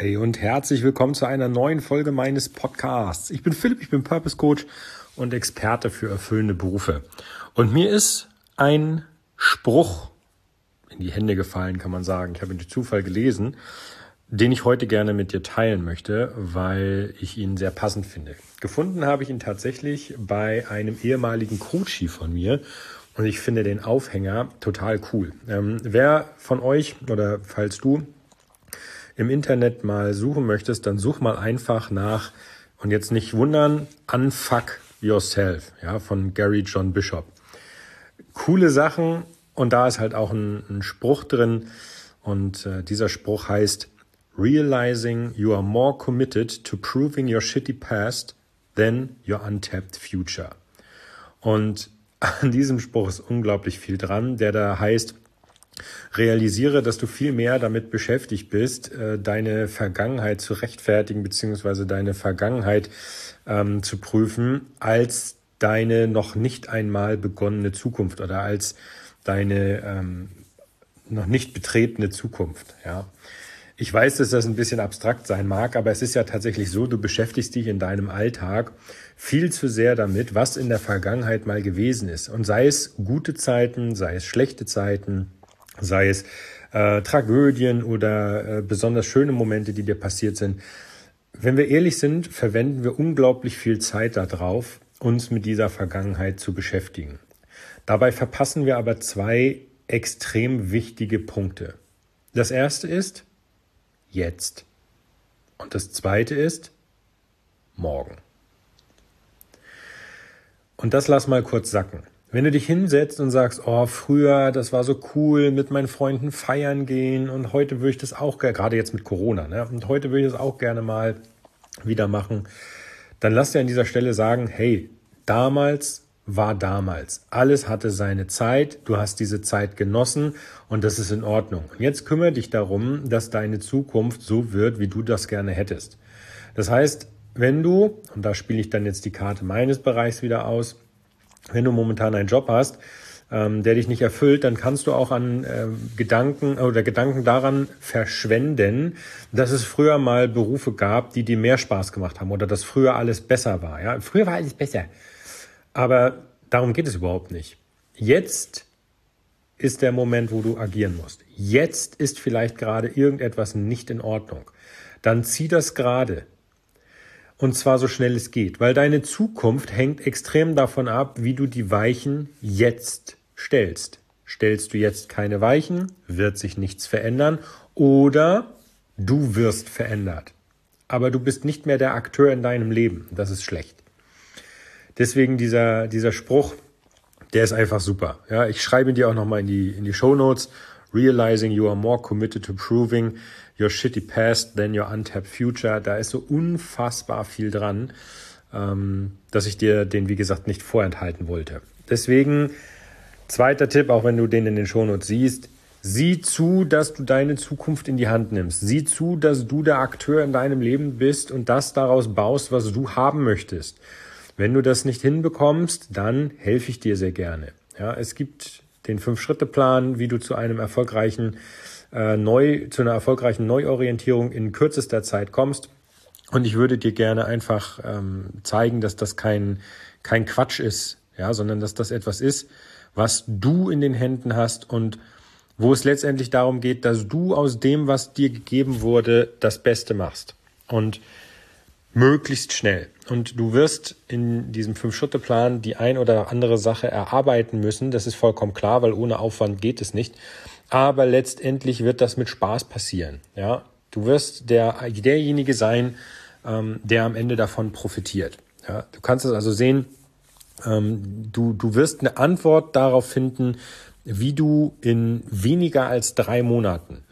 Hi und herzlich willkommen zu einer neuen Folge meines Podcasts. Ich bin Philipp, ich bin Purpose Coach und Experte für erfüllende Berufe. Und mir ist ein Spruch in die Hände gefallen, kann man sagen. Ich habe ihn durch Zufall gelesen, den ich heute gerne mit dir teilen möchte, weil ich ihn sehr passend finde. Gefunden habe ich ihn tatsächlich bei einem ehemaligen Coachie von mir und ich finde den Aufhänger total cool. Wer von euch oder falls du im Internet mal suchen möchtest, dann such mal einfach nach, und jetzt nicht wundern, Unfuck Yourself, ja, von Gary John Bishop. Coole Sachen, und da ist halt auch ein Spruch drin, und dieser Spruch heißt: Realizing you are more committed to proving your shitty past than your untapped future. Und an diesem Spruch ist unglaublich viel dran, der da heißt: Realisiere, dass du viel mehr damit beschäftigt bist, deine Vergangenheit zu rechtfertigen bzw. deine Vergangenheit zu prüfen, als deine noch nicht einmal begonnene Zukunft oder als deine noch nicht betretene Zukunft. Ja. Ich weiß, dass das ein bisschen abstrakt sein mag, aber es ist ja tatsächlich so, du beschäftigst dich in deinem Alltag viel zu sehr damit, was in der Vergangenheit mal gewesen ist. Und sei es gute Zeiten, sei es schlechte Zeiten, sei es Tragödien oder besonders schöne Momente, die dir passiert sind. Wenn wir ehrlich sind, verwenden wir unglaublich viel Zeit darauf, uns mit dieser Vergangenheit zu beschäftigen. Dabei verpassen wir aber zwei extrem wichtige Punkte. Das erste ist jetzt und das zweite ist morgen. Und das lass mal kurz sacken. Wenn du dich hinsetzt und sagst, oh, früher, das war so cool, mit meinen Freunden feiern gehen und heute würde ich das auch, gerade jetzt mit Corona, ne? Und heute würde ich das auch gerne mal wieder machen, dann lass dir an dieser Stelle sagen, hey, damals war damals. Alles hatte seine Zeit, du hast diese Zeit genossen und das ist in Ordnung. Und jetzt kümmere dich darum, dass deine Zukunft so wird, wie du das gerne hättest. Das heißt, wenn du, und da spiele ich dann jetzt die Karte meines Bereichs wieder aus, wenn du momentan einen Job hast, der dich nicht erfüllt, dann kannst du auch an Gedanken daran verschwenden, dass es früher mal Berufe gab, die dir mehr Spaß gemacht haben oder dass früher alles besser war. Ja, früher war alles besser. Aber darum geht es überhaupt nicht. Jetzt ist der Moment, wo du agieren musst. Jetzt ist vielleicht gerade irgendetwas nicht in Ordnung. Dann zieh das gerade. Und zwar so schnell es geht, weil deine Zukunft hängt extrem davon ab, wie du die Weichen jetzt stellst. Stellst du jetzt keine Weichen, wird sich nichts verändern oder du wirst verändert. Aber du bist nicht mehr der Akteur in deinem Leben. Das ist schlecht. Deswegen dieser Spruch, der ist einfach super. Ja, ich schreibe ihn dir auch nochmal in die Shownotes. Realizing you are more committed to proving your shitty past than your untapped future. Da ist so unfassbar viel dran, dass ich dir den, wie gesagt, nicht vorenthalten wollte. Deswegen, zweiter Tipp, auch wenn du den in den Shownotes siehst, sieh zu, dass du deine Zukunft in die Hand nimmst. Sieh zu, dass du der Akteur in deinem Leben bist und das daraus baust, was du haben möchtest. Wenn du das nicht hinbekommst, dann helfe ich dir sehr gerne. Ja, es gibt den 5-Schritte-Plan, wie du zu einer erfolgreichen Neuorientierung in kürzester Zeit kommst. Und ich würde dir gerne einfach zeigen, dass das kein Quatsch ist, ja, sondern dass das etwas ist, was du in den Händen hast und wo es letztendlich darum geht, dass du aus dem, was dir gegeben wurde, das Beste machst. Und möglichst schnell. Und du wirst in diesem 5-Schritte-Plan die ein oder andere Sache erarbeiten müssen. Das ist vollkommen klar, weil ohne Aufwand geht es nicht. Aber letztendlich wird das mit Spaß passieren. Ja, du wirst derjenige sein, der am Ende davon profitiert. Ja, du kannst es also sehen. Du wirst eine Antwort darauf finden, wie du in weniger als 3 Monaten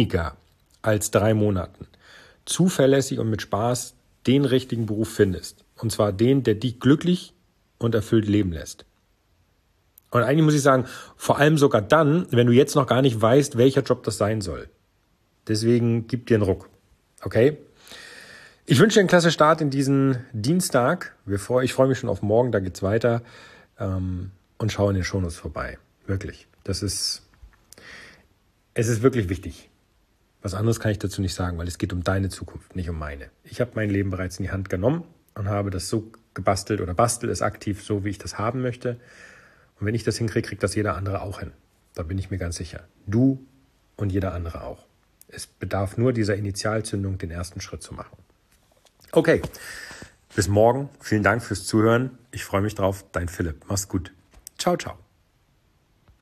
zuverlässig und mit Spaß den richtigen Beruf findest. Und zwar den, der dich glücklich und erfüllt leben lässt. Und eigentlich muss ich sagen, vor allem sogar dann, wenn du jetzt noch gar nicht weißt, welcher Job das sein soll. Deswegen gib dir einen Ruck. Okay? Ich wünsche dir einen klasse Start in diesen Dienstag. Ich freue mich schon auf morgen, da geht's weiter. Und schau in den Shownotes vorbei. Wirklich. Es ist wirklich wichtig. Was anderes kann ich dazu nicht sagen, weil es geht um deine Zukunft, nicht um meine. Ich habe mein Leben bereits in die Hand genommen und habe das so gebastelt oder bastel es aktiv so, wie ich das haben möchte. Und wenn ich das hinkriege, kriegt das jeder andere auch hin. Da bin ich mir ganz sicher. Du und jeder andere auch. Es bedarf nur dieser Initialzündung, den ersten Schritt zu machen. Okay, bis morgen. Vielen Dank fürs Zuhören. Ich freue mich drauf. Dein Philipp. Mach's gut. Ciao, ciao.